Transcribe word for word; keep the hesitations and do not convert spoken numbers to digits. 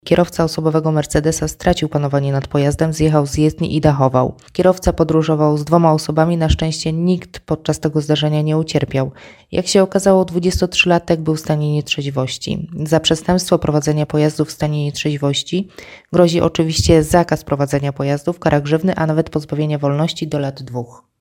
Kierowca osobowego Mercedesa stracił panowanie nad pojazdem, zjechał z jezdni i dachował. Kierowca podróżował z dwoma osobami, na szczęście nikt podczas tego zdarzenia nie ucierpiał. Jak się okazało, dwudziestotrzylatek był w stanie nietrzeźwości. Za przestępstwo prowadzenia pojazdu w stanie nietrzeźwości grozi oczywiście zakaz prowadzenia pojazdów, kara grzywny, a nawet pozbawienia wolności do lat dwóch.